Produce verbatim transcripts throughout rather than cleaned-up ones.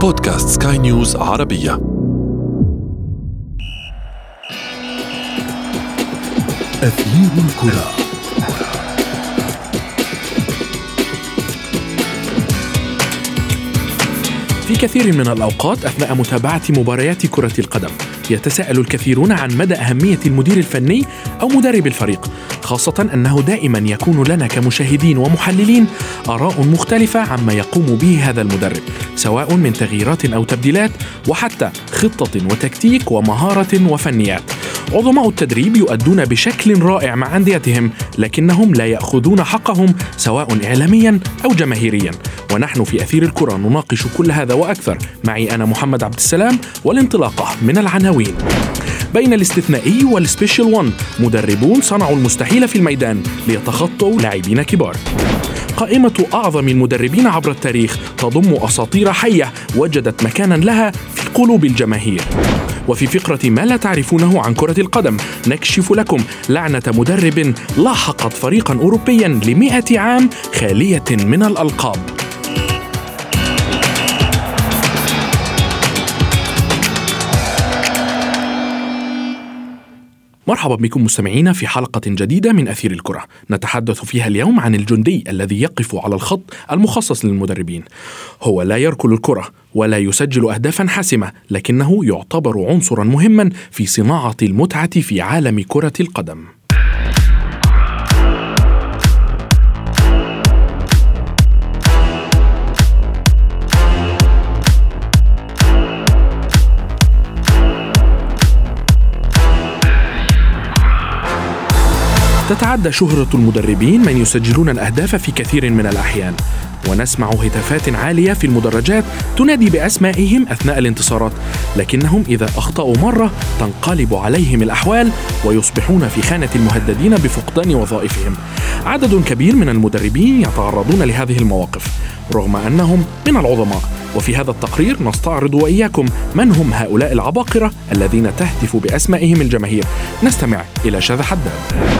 بودكاست سكاي نيوز عربية. أثير الكرة. في كثير من الأوقات أثناء متابعة مباريات كرة القدم يتساءل الكثيرون عن مدى أهمية المدير الفني أو مدرب الفريق، خاصة أنه دائما يكون لنا كمشاهدين ومحللين آراء مختلفة عما يقوم به هذا المدرب، سواء من تغييرات أو تبديلات وحتى خطة وتكتيك ومهارة وفنيات. عظماء التدريب يؤدون بشكل رائع مع أنديتهم، لكنهم لا يأخذون حقهم سواء إعلاميا أو جماهيريا. ونحن في أثير الكرة نناقش كل هذا وأكثر. معي أنا محمد عبد السلام، والانطلاقة من العناوين. بين الاستثنائي والسبيشال وان، مدربون صنعوا المستحيل في الميدان ليتخطوا لاعبين كبار. قائمة أعظم المدربين عبر التاريخ تضم أساطير حية وجدت مكانا لها في قلوب الجماهير. وفي فقرة ما لا تعرفونه عن كرة القدم نكشف لكم لعنة مدرب لاحقت فريقا أوروبيا لمئة عام خالية من الألقاب. مرحبا بكم مستمعينا في حلقة جديدة من أثير الكرة، نتحدث فيها اليوم عن الجندي الذي يقف على الخط المخصص للمدربين. هو لا يركل الكرة ولا يسجل أهدافا حاسمة، لكنه يعتبر عنصرا مهما في صناعة المتعة في عالم كرة القدم. تتعدى شهرة المدربين من يسجلون الأهداف في كثير من الأحيان، ونسمع هتافات عالية في المدرجات تنادي بأسمائهم أثناء الانتصارات، لكنهم إذا أخطأوا مرة تنقلب عليهم الأحوال ويصبحون في خانة المهددين بفقدان وظائفهم. عدد كبير من المدربين يتعرضون لهذه المواقف رغم أنهم من العظماء. وفي هذا التقرير نستعرض وإياكم من هم هؤلاء العباقرة الذين تهتف بأسمائهم الجماهير. نستمع إلى شذى حداد.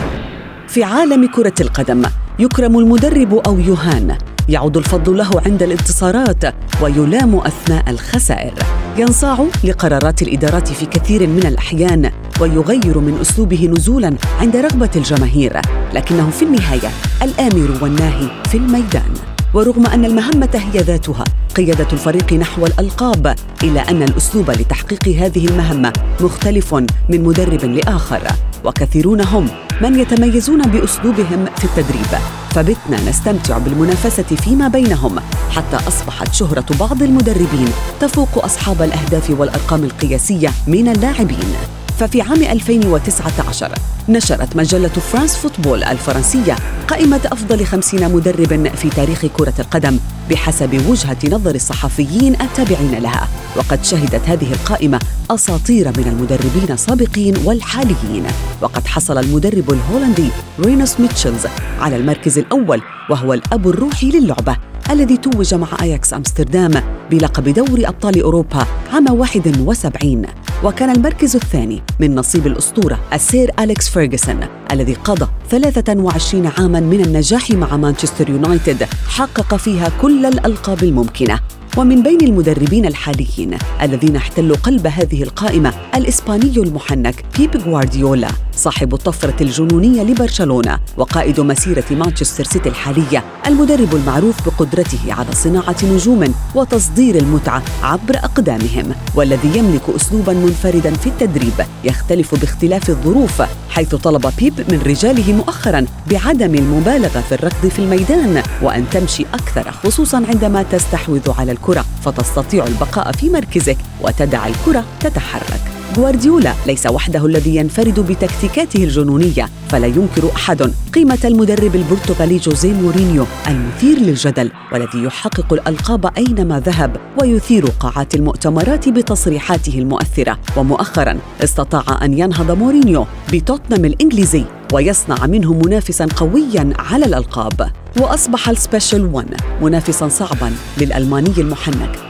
في عالم كرة القدم يكرم المدرب أو يهان، يعود الفضل له عند الانتصارات ويلام أثناء الخسائر. ينصاع لقرارات الإدارات في كثير من الأحيان ويغير من أسلوبه نزولاً عند رغبة الجماهير، لكنه في النهاية الآمر والناهي في الميدان. ورغم أن المهمة هي ذاتها قيادة الفريق نحو الألقاب، إلا أن الأسلوب لتحقيق هذه المهمة مختلف من مدرب لآخر، وكثيرون هم من يتميزون بأسلوبهم في التدريب، فبتنا نستمتع بالمنافسة فيما بينهم حتى أصبحت شهرة بعض المدربين تفوق أصحاب الأهداف والأرقام القياسية من اللاعبين. ففي عام ألفين وتسعة عشر نشرت مجلة فرانس فوتبول الفرنسية قائمة أفضل خمسين مدرب في تاريخ كرة القدم بحسب وجهة نظر الصحفيين التابعين لها، وقد شهدت هذه القائمة أساطير من المدربين السابقين والحاليين. وقد حصل المدرب الهولندي رينوس ميتشلز على المركز الأول، وهو الأب الروحي للعبة الذي توج مع أياكس أمستردام بلقب دوري أبطال أوروبا عام واحد وسبعين. وكان المركز الثاني من نصيب الأسطورة السير أليكس فيرغسون الذي قضى ثلاثة وعشرين عاماً من النجاح مع مانشستر يونايتد، حقق فيها كل الألقاب الممكنة. ومن بين المدربين الحاليين الذين احتلوا قلب هذه القائمة الإسباني المحنك بيب غوارديولا، صاحب الطفرة الجنونية لبرشلونة وقائد مسيرة مانشستر سيتي الحالية، المدرب المعروف بقدرته على صناعة نجوم وتصدير المتعة عبر أقدامهم، والذي يملك أسلوباً منفرداً في التدريب يختلف باختلاف الظروف، حيث طلب بيب من رجاله مؤخراً بعدم المبالغة في الركض في الميدان وأن تمشي أكثر، خصوصاً عندما تستحوذ على الكرة فتستطيع البقاء في مركزك وتدع الكرة تتحرك. غوارديولا ليس وحده الذي ينفرد بتكتيكاته الجنونية، فلا ينكر أحد قيمة المدرب البرتغالي جوزيه مورينيو المثير للجدل، والذي يحقق الألقاب أينما ذهب ويثير قاعات المؤتمرات بتصريحاته المؤثرة. ومؤخراً استطاع أن ينهض مورينيو بتوتنهام الإنجليزي ويصنع منه منافساً قوياً على الألقاب. وأصبح السبيشال وان منافساً صعباً للألماني المحنك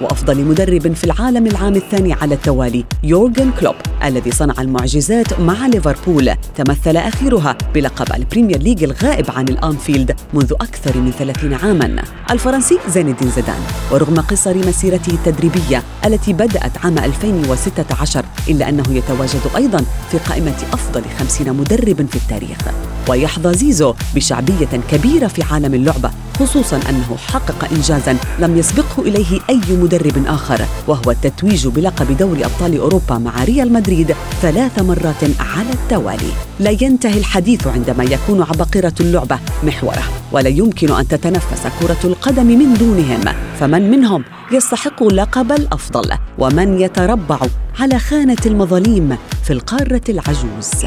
وأفضل مدرب في العالم العام الثاني على التوالي يورغن كلوب الذي صنع المعجزات مع ليفربول، تمثل آخرها بلقب البريمير ليج الغائب عن الأنفيلد منذ أكثر من ثلاثين عاماً. الفرنسي زين الدين زيدان، ورغم قصر مسيرته التدريبية التي بدأت عام ألفين وستة عشر إلا أنه يتواجد أيضاً في قائمة أفضل خمسين مدرب في التاريخ. ويحظى زيزو بشعبية كبيرة في عالم اللعبة، خصوصاً أنه حقق إنجازاً لم يسبقه إليه أي مدرب آخر، وهو التتويج بلقب دوري أبطال أوروبا مع ريال مدريد ثلاث مرات على التوالي. لا ينتهي الحديث عندما يكون عباقرة اللعبة محوره، ولا يمكن أن تتنفس كرة القدم من دونهم، فمن منهم يستحق لقب الأفضل، ومن يتربع على خانة المظاليم في القارة العجوز.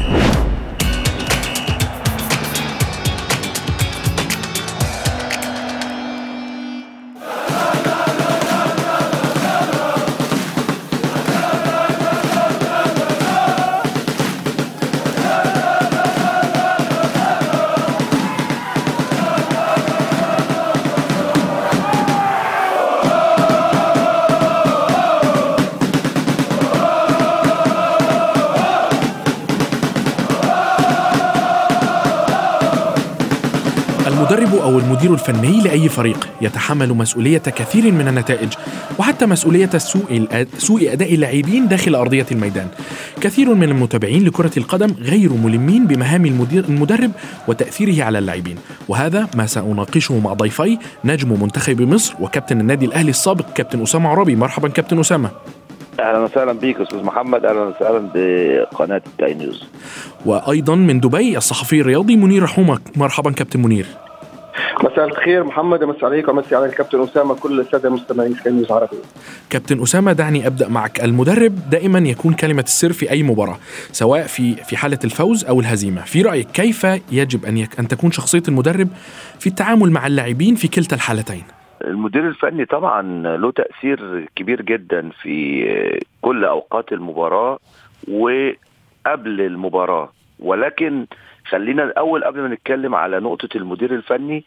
المدرب أو المدير الفني لأي فريق يتحمل مسؤولية كثير من النتائج، وحتى مسؤولية سوء سوء أداء اللاعبين داخل أرضية الميدان. كثير من المتابعين لكرة القدم غير ملمين بمهام المدير المدرب وتأثيره على اللاعبين، وهذا ما سأناقشه مع ضيفي نجم منتخب مصر وكابتن النادي الأهلي السابق كابتن أسامة عرابي. مرحبا كابتن أسامة. أهلا وسهلا بك أستاذ محمد، أهلا وسهلا بقناة سكاي نيوز. وأيضا من دبي الصحفي الرياضي منير رحومة. مرحبا كابتن منير. مساء الخير محمد، مساء عليك ومساء على الكابتن أسامة كل السادة المستمعين سكاي نيوز عربي. كابتن أسامة، دعني أبدأ معك. المدرب دائما يكون كلمة السر في أي مباراة، سواء في في حالة الفوز أو الهزيمة. في رأيك كيف يجب أن يك أن تكون شخصية المدرب في التعامل مع اللاعبين في كلتا الحالتين؟ المدير الفني طبعا له تأثير كبير جدا في كل أوقات المباراة وقبل المباراة، ولكن خلينا الأول قبل ما نتكلم على نقطة المدير الفني.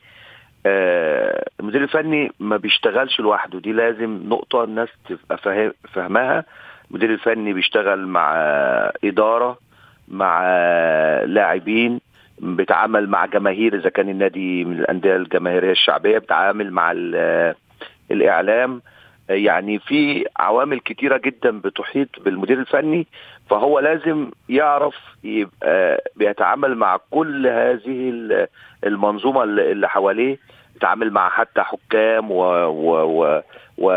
آه المدير الفني ما بيشتغلش لوحده، دي لازم نقطة الناس تبقى فهمها. المدير الفني بيشتغل مع إدارة، مع لاعبين، بيتعامل مع جماهير إذا كان النادي من الأندية الجماهيرية الشعبية، بيتعامل مع الإعلام. يعني في عوامل كتيرة جدا بتحيط بالمدير الفني، فهو لازم يعرف يبقى بيتعامل مع كل هذه المنظومة اللي حواليه، يتعامل مع حتى حكام و, و, و, و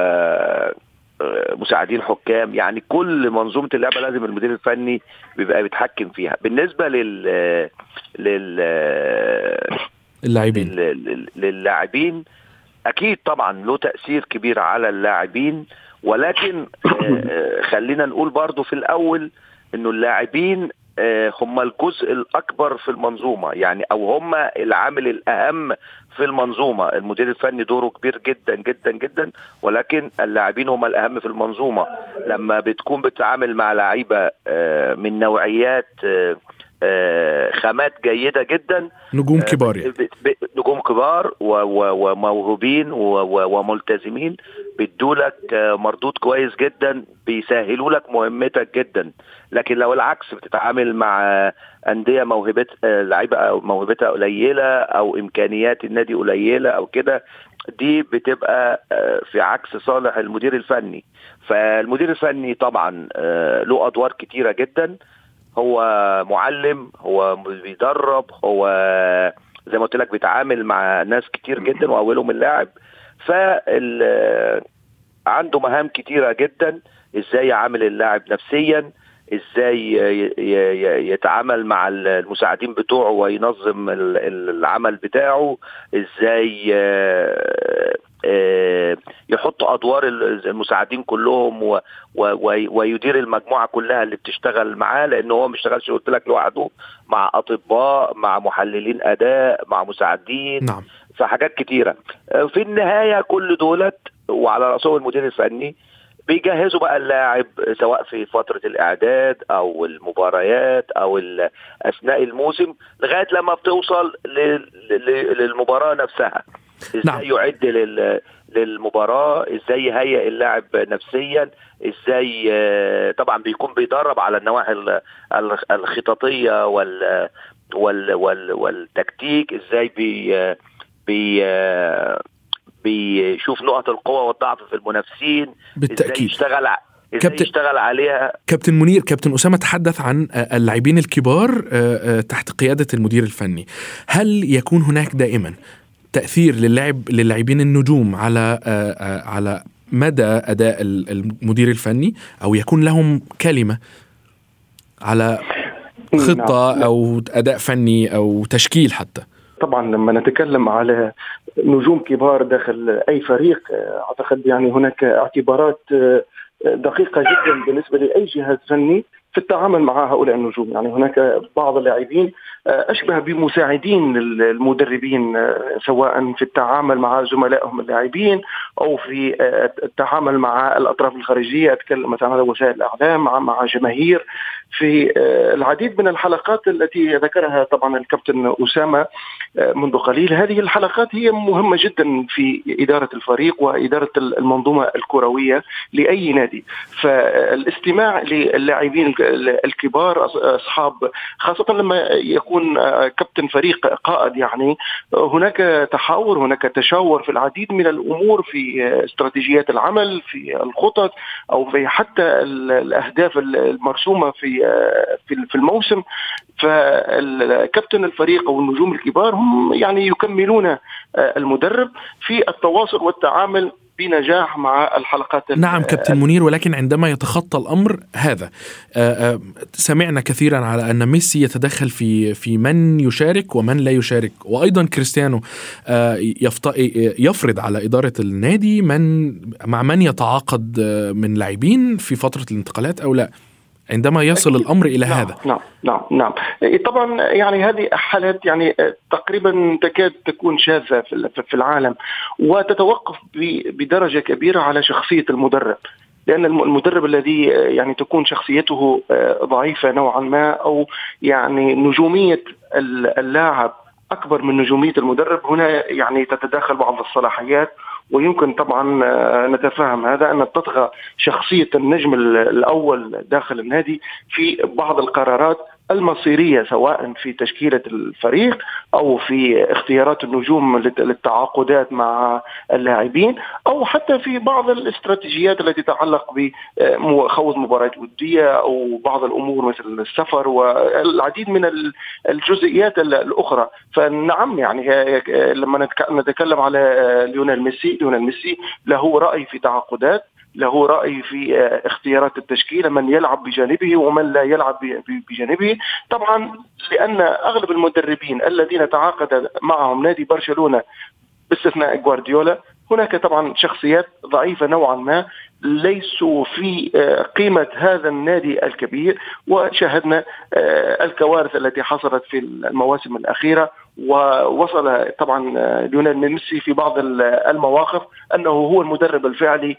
مساعدين حكام، يعني كل منظومة اللعبة لازم المدير الفني بيبقى بيتحكم فيها. بالنسبة لل لل اللاعبين للاعبين أكيد طبعا له تأثير كبير على اللاعبين، ولكن خلينا نقول برضو في الأول إنه اللاعبين هم الجزء الأكبر في المنظومة، يعني أو هم العامل الأهم في المنظومة. المدير الفني دوره كبير جدا جدا جدا، ولكن اللاعبين هم الأهم في المنظومة. لما بتكون بتتعامل مع لعيبة من نوعيات خامات جيدة جدا، نجوم كبار يعني. نجوم كبار وموهوبين وملتزمين، بيدولك مردود كويس جدا، بيسهلوا لك مهمتك جدا. لكن لو العكس بتتعامل مع أندية موهبة لعيبة أو موهبتها قليلة أو إمكانيات النادي قليلة أو كده، دي بتبقى في عكس صالح المدير الفني. فالمدير الفني طبعا له أدوار كتيرة جدا، هو معلم، هو بيدرب، هو زي ما قلت لك بيتعامل مع ناس كتير جدا واولهم اللاعب. فال عنده مهام كتيرة جدا، ازاي يعامل اللاعب نفسيا، ازاي يتعامل مع المساعدين بتوعه وينظم العمل بتاعه، ازاي يحط ادوار المساعدين كلهم ويدير المجموعه كلها اللي بتشتغل معاه، لانه هو ما بيشتغلش قلت لك لوحده، مع اطباء، مع محللين اداء، مع مساعدين. نعم. فحاجات كتيره. في النهايه كل دولت وعلى راسه المدير الفني بيجهزوا بقى اللاعب، سواء في فترة الإعداد أو المباريات أو أثناء الموسم، لغاية لما بتوصل للمباراة نفسها. إزاي نعم. يعد للمباراة، ازاي يهيئ اللاعب نفسيا، ازاي طبعا بيكون بيدرب على النواحي الخططية وال وال وال والتكتيك، ازاي بي بي بيشوف نقط القوة والضعف في المنافسين، بالتأكيد ازاي يشتغل ازاي كابتن يشتغل عليها. كابتن منير، كابتن أسامة تحدث عن اللاعبين الكبار تحت قيادة المدير الفني. هل يكون هناك دائما تأثير للاعب للاعبين النجوم على على مدى أداء المدير الفني، أو يكون لهم كلمة على خطة أو أداء فني أو تشكيل حتى؟ طبعا لما نتكلم على نجوم كبار داخل أي فريق أعتقد يعني هناك اعتبارات دقيقة جدا بالنسبة لأي جهاز فني في التعامل مع هؤلاء النجوم. يعني هناك بعض اللاعبين أشبه بمساعدين للمدربين، سواء في التعامل مع زملائهم اللاعبين أو في التعامل مع الأطراف الخارجية، أتكلم مثلا على وسائل الإعلام، مع مع جماهير، في العديد من الحلقات التي ذكرها طبعا الكابتن أسامة منذ قليل. هذه الحلقات هي مهمة جدا في إدارة الفريق وإدارة المنظومة الكروية لأي نادي. فالاستماع للاعبين الكبار أصحاب، خاصة لما يكون كابتن فريق قائد، يعني هناك تحاور، هناك تشاور في العديد من الأمور، في استراتيجيات العمل، في الخطط، أو في حتى الأهداف المرسومة في في الموسم. فالكابتن الفريق أو النجوم الكبار هم يعني يكملون المدرب في التواصل والتعامل بنجاح مع الحلقات. نعم كابتن منير، ولكن عندما يتخطى الأمر هذا، سمعنا كثيرا على أن ميسي يتدخل في في من يشارك ومن لا يشارك، وأيضا كريستيانو يفرض على إدارة النادي من مع من يتعاقد من لاعبين في فترة الانتقالات أو لا، عندما يصل الأمر إلى نعم هذا. نعم نعم نعم طبعا يعني هذه حالات يعني تقريبا تكاد تكون شاذة في العالم، وتتوقف بدرجة كبيرة على شخصية المدرب. لأن المدرب الذي يعني تكون شخصيته ضعيفة نوعا ما، أو يعني نجومية اللاعب أكبر من نجومية المدرب، هنا يعني تتداخل بعض الصلاحيات. ويمكن طبعا نتفهم هذا، أن تطغى شخصية النجم الأول داخل النادي في بعض القرارات المصيرية، سواء في تشكيلة الفريق أو في اختيارات النجوم للتعاقدات مع اللاعبين، أو حتى في بعض الاستراتيجيات التي تتعلق بخوض مباريات ودية أو بعض الأمور مثل السفر والعديد من الجزئيات الأخرى. فنعم يعني لما نتكلم على ليونيل ميسي، ليونيل ميسي له رأي في تعاقدات، له رأي في اختيارات التشكيلة، من يلعب بجانبه ومن لا يلعب بجانبه. طبعا لأن أغلب المدربين الذين تعاقد معهم نادي برشلونة باستثناء غوارديولا، هناك طبعا شخصيات ضعيفة نوعا ما، ليسوا في قيمة هذا النادي الكبير. وشاهدنا الكوارث التي حصلت في المواسم الأخيرة، ووصل طبعا ليونيل ميسي في بعض المواقف أنه هو المدرب الفعلي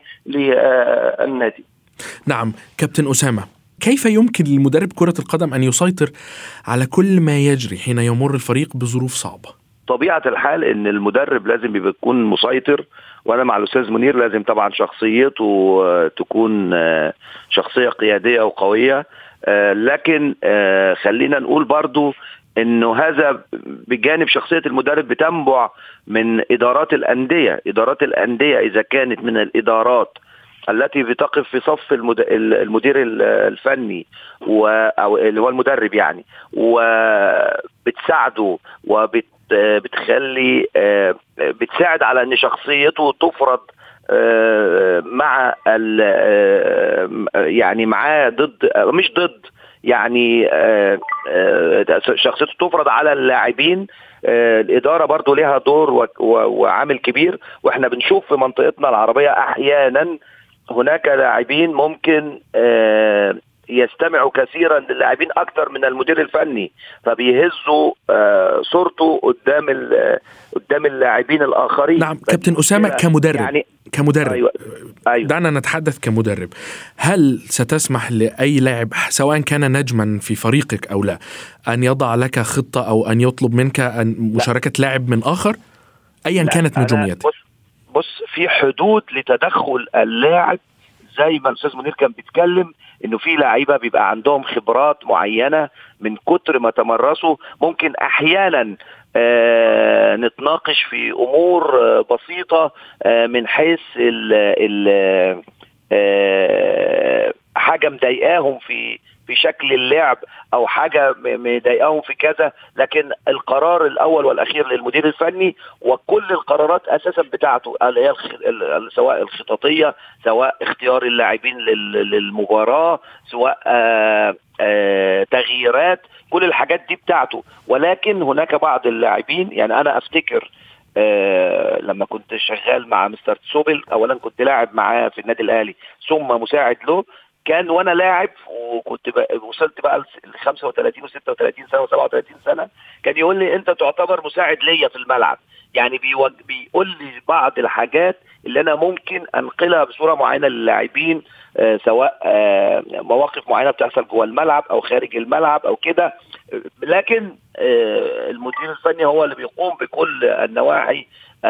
للنادي. نعم كابتن أسامة، كيف يمكن للمدرب كرة القدم أن يسيطر على كل ما يجري حين يمر الفريق بظروف صعبة؟ طبيعة الحال ان المدرب لازم يكون مسيطر، وانا مع الاستاذ منير لازم طبعا شخصيته تكون شخصية قيادية وقوية. لكن خلينا نقول برضو انه هذا بجانب شخصية المدرب بتنبع من ادارات الاندية. ادارات الاندية اذا كانت من الادارات التي بتقف في صف المدير الفني او اللي هو المدرب يعني، وبتساعده وبت بتخلي بتساعد على ان شخصيته تفرض مع يعني معاه ضد مش ضد يعني شخصيته تفرض على اللاعبين. الإدارة برضو لها دور وعامل كبير، واحنا بنشوف في منطقتنا العربية احيانا هناك لاعبين ممكن يستمعوا كثيرا للاعبين اكثر من المدير الفني، فبيهزوا صورته قدام قدام اللاعبين الاخرين. نعم كابتن أسامة، كمدرب يعني كمدرب أيوة. أيوة. دعنا نتحدث كمدرب. هل ستسمح لأي لاعب سواء كان نجما في فريقك أو لا أن يضع لك خطة أو أن يطلب منك أن مشاركة لاعب من آخر أيا كانت نجوميته؟ بص, بص في حدود لتدخل اللاعب، زي ما الاستاذ منير كان بيتكلم انه في لعيبه بيبقى عندهم خبرات معينه من كتر ما تمرسوا، ممكن احيانا آه نتناقش في امور آه بسيطه آه من حيث ال ال آه حاجه مضايقاهم في في شكل اللعب او حاجه مضايقاهم في كذا، لكن القرار الاول والاخير للمدير الفني، وكل القرارات اساسا بتاعته اللي هي سواء الخططيه، سواء اختيار اللاعبين للمباراه، سواء آآ آآ تغييرات، كل الحاجات دي بتاعته. ولكن هناك بعض اللاعبين، يعني انا افتكر آه لما كنت شغال مع مستر تسوبل، اولا كنت لاعب معاه في النادي الاهلي ثم مساعد له، كان وانا لاعب وكنت بقى وصلت بقى ل خمسة وثلاثين وستة وثلاثين سنه وسبعة وثلاثين سنه، كان يقول لي انت تعتبر مساعد ليا في الملعب، يعني بيوج... بيقول لي بعض الحاجات اللي انا ممكن انقلها بصوره معينه للاعبين، آه سواء آه مواقف معينه بتحصل جوه الملعب او خارج الملعب او كده، لكن آه المدير الفني هو اللي بيقوم بكل النواحي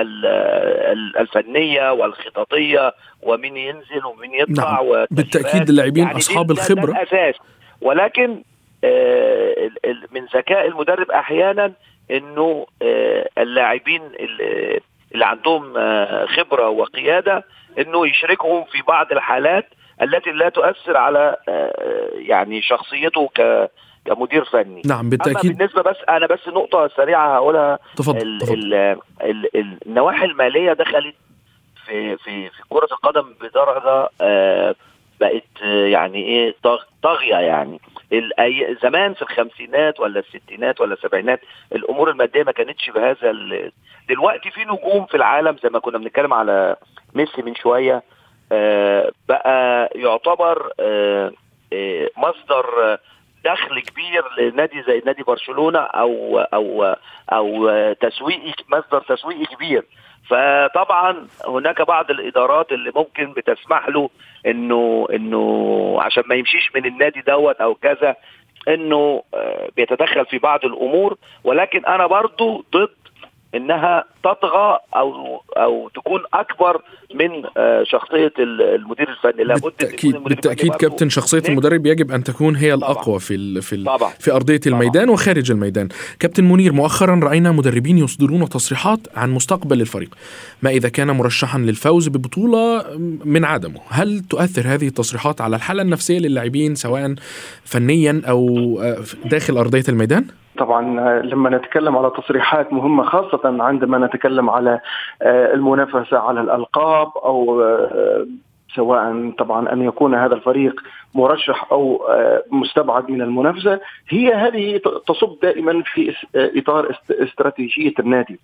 الفنيه والخططيه، ومين ينزل ومين يطلع. نعم. بالتاكيد اللاعبين يعني اصحاب الخبره الاساس، ولكن آه من ذكاء المدرب احيانا انه آه اللاعبين اللي عندهم آه خبره وقياده انه يشاركهم في بعض الحالات التي لا تؤثر على آه يعني شخصيته ك كمدير فني. نعم بالتأكيد. بالنسبة بس أنا بس نقطة سريعة هقولها، تفضل. ال تفضل. ال ال النواحي المالية دخلت في في في كرة القدم بدرجة آه بقت آه يعني إيه طاغية، يعني زمان في الخمسينات ولا الستينات ولا السبعينات الأمور المادية ما كانتش بهذا. دلوقتي في نجوم في العالم زي ما كنا بنتكلم على ميسي من شوية، آه بقى يعتبر آه آه مصدر دخل كبير لنادي زي نادي برشلونة او او او تسويقي، مصدر تسويقي كبير. فطبعا هناك بعض الادارات اللي ممكن بتسمح له انه انه عشان ما يمشيش من النادي دوت او كذا، انه بيتدخل في بعض الامور، ولكن انا برضو ضد انها تطغى او او تكون اكبر من شخصيه المدير الفني. لابد بالتاكيد بالتاكيد كابتن، شخصيه المدرب يجب ان تكون هي الاقوى في ال في ال في ارضيه الميدان طبعا. وخارج الميدان. كابتن منير، مؤخرا راينا مدربين يصدرون تصريحات عن مستقبل الفريق، ما اذا كان مرشحا للفوز ببطوله من عدمه. هل تؤثر هذه التصريحات على الحاله النفسيه للاعبين سواء فنيا او داخل ارضيه الميدان؟ طبعا لما نتكلم على تصريحات مهمة، خاصة عندما نتكلم على المنافسة على الألقاب، أو سواء طبعا أن يكون هذا الفريق مرشح أو مستبعد من المنافسة، هي هذه تصب دائما في إطار استراتيجية النادي.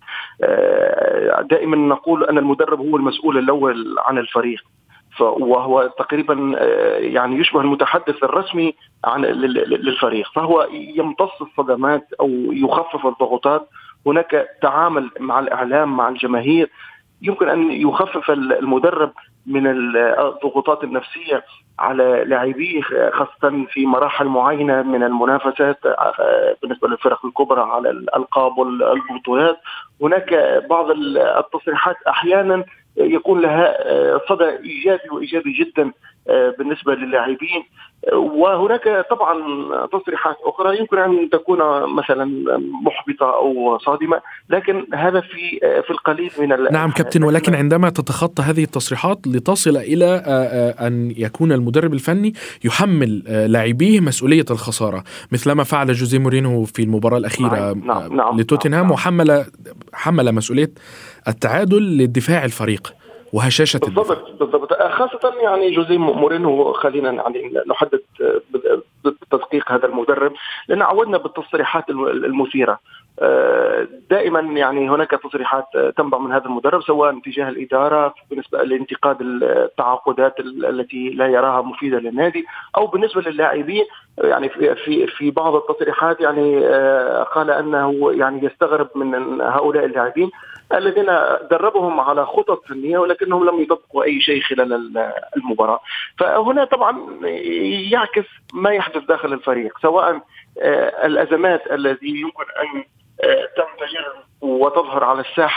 دائما نقول أن المدرب هو المسؤول الأول عن الفريق، وهو تقريبا يعني يشبه المتحدث الرسمي عن للفريق، فهو يمتص الصدمات أو يخفف الضغوطات. هناك تعامل مع الإعلام مع الجماهير يمكن أن يخفف المدرب من الضغوطات النفسية على لاعبيه، خاصة في مراحل معينة من المنافسات بالنسبة للفرق الكبرى على الألقاب والبطولات. هناك بعض التصريحات أحيانا يكون لها صدى إيجابي وإيجابي جدا بالنسبة للاعبين، وهناك طبعا تصريحات أخرى يمكن أن تكون مثلا محبطة أو صادمة، لكن هذا في في القليل من نعم كابتن، ولكن عندما تتخطى هذه التصريحات لتصل إلى أن يكون المدرب الفني يحمل لاعبيه مسؤولية الخسارة، مثلما فعل جوزيه مورينو في المباراة الأخيرة نعم. نعم. لتوتنهام، نعم. وحمل حمل مسؤولية التعادل للدفاع الفريق وهشاشة بالضبط بالضبط خاصة يعني جوزيه مورينو. خلينا يعني نحدد بتدقيق هذا المدرب، لأن عودنا بالتصريحات المثيرة دائما. يعني هناك تصريحات تنبع من هذا المدرب سواء تجاه الإدارة بالنسبة لانتقاد التعاقدات التي لا يراها مفيدة للنادي، أو بالنسبة للاعبين. يعني في في في بعض التصريحات يعني قال أنه يعني يستغرب من هؤلاء اللاعبين الذين دربهم على خطط فنية ولكنهم لم يطبقوا أي شيء خلال المباراة. فهنا طبعا يعكس ما يحدث داخل الفريق، سواء الأزمات التي يمكن أن تنفجر وتظهر على الساحة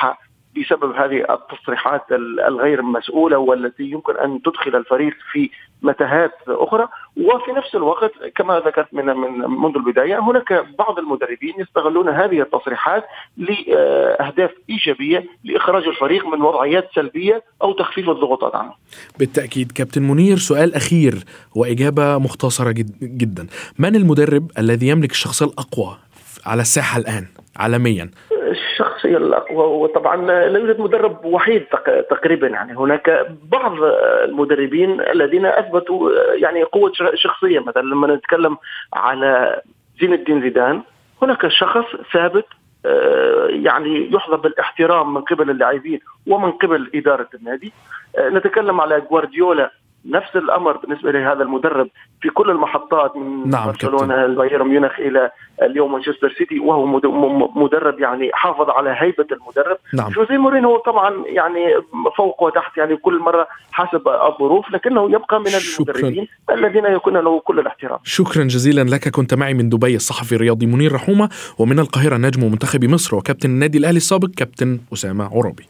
بسبب هذه التصريحات الغير مسؤولة والتي يمكن أن تدخل الفريق في متاهات أخرى. وفي نفس الوقت كما ذكرت من من منذ البداية هناك بعض المدربين يستغلون هذه التصريحات لأهداف إيجابية لإخراج الفريق من وضعيات سلبية أو تخفيف الضغوطات عنه. بالتأكيد. كابتن منير، سؤال أخير وإجابة مختصرة جدا، من المدرب الذي يملك الشخصية الأقوى على الساحة الآن عالميا؟ الشخصية الأقوى وطبعا لا يوجد مدرب وحيد تقريبا، يعني هناك بعض المدربين الذين أثبتوا يعني قوة شخصية. مثلا لما نتكلم على زين الدين زيدان هناك شخص ثابت يعني يحظى بالاحترام من قبل اللاعبين ومن قبل إدارة النادي. نتكلم على جوارديولا نفس الأمر بالنسبة لهذا المدرب في كل المحطات من نعم برشلونة البايرن ميونخ إلى اليوم مانشستر سيتي، وهو مدرب يعني حافظ على هيبة المدرب. نعم. جوزيه مورينيو طبعا يعني فوق وتحت يعني كل مرة حسب الظروف، لكنه يبقى من المدربين الذين يكون له كل الاحترام. شكرا جزيلا لك. كنت معي من دبي الصحفي الرياضي منير رحومة، ومن القاهرة نجم منتخب مصر وكابتن النادي الأهلي السابق كابتن أسامة عرابي.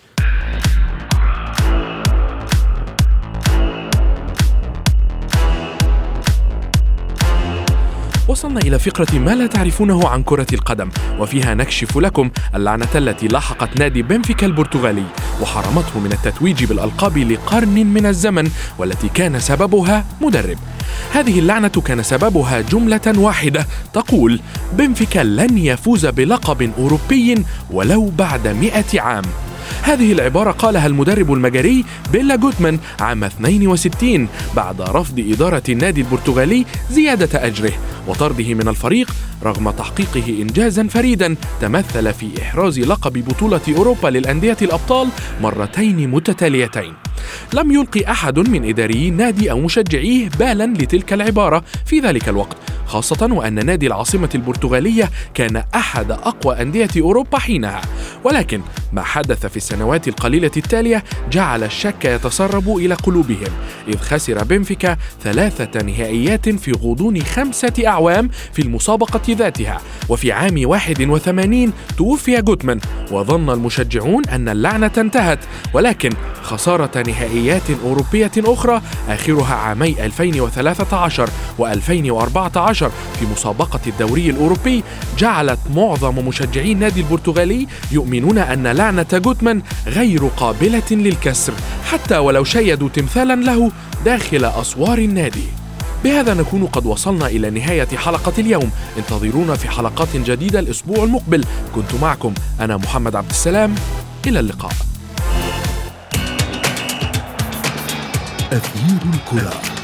وصلنا إلى فقرة ما لا تعرفونه عن كرة القدم، وفيها نكشف لكم اللعنة التي لاحقت نادي بنفيكا البرتغالي وحرمته من التتويج بالألقاب لقرن من الزمن، والتي كان سببها مدرب. هذه اللعنة كان سببها جملة واحدة تقول: بنفيكا لن يفوز بلقب أوروبي ولو بعد مئة عام. هذه العبارة قالها المدرب المجري بيلا جوتمان عام اثنين وستين بعد رفض إدارة النادي البرتغالي زيادة أجره وطرده من الفريق رغم تحقيقه إنجازا فريدا تمثل في إحراز لقب بطولة أوروبا للأندية الأبطال مرتين متتاليتين. لم يلقي أحد من إداري النادي أو مشجعيه بالا لتلك العبارة في ذلك الوقت، خاصة وأن نادي العاصمة البرتغالية كان أحد أقوى أندية أوروبا حينها. ولكن ما حدث في السنوات القليلة التالية جعل الشك يتسرب إلى قلوبهم، إذ خسر بنفيكا ثلاثة نهائيات في غضون خمسة أعوام في المسابقة ذاتها. وفي عام واحد وثمانين توفي جوتمان وظن المشجعون أن اللعنة انتهت، ولكن خسارة نهائيات أوروبية أخرى آخرها عامي ألفين وثلاثة عشر وألفين وأربعة عشر في مسابقة الدوري الأوروبي جعلت معظم مشجعي النادي البرتغالي يؤمنون أن لعنة جوتمان غير قابلة للكسر حتى ولو شيدوا تمثالا له داخل أسوار النادي. بهذا نكون قد وصلنا إلى نهاية حلقة اليوم. انتظرونا في حلقات جديدة الأسبوع المقبل. كنت معكم أنا محمد عبد السلام، إلى اللقاء. أثير الكرة.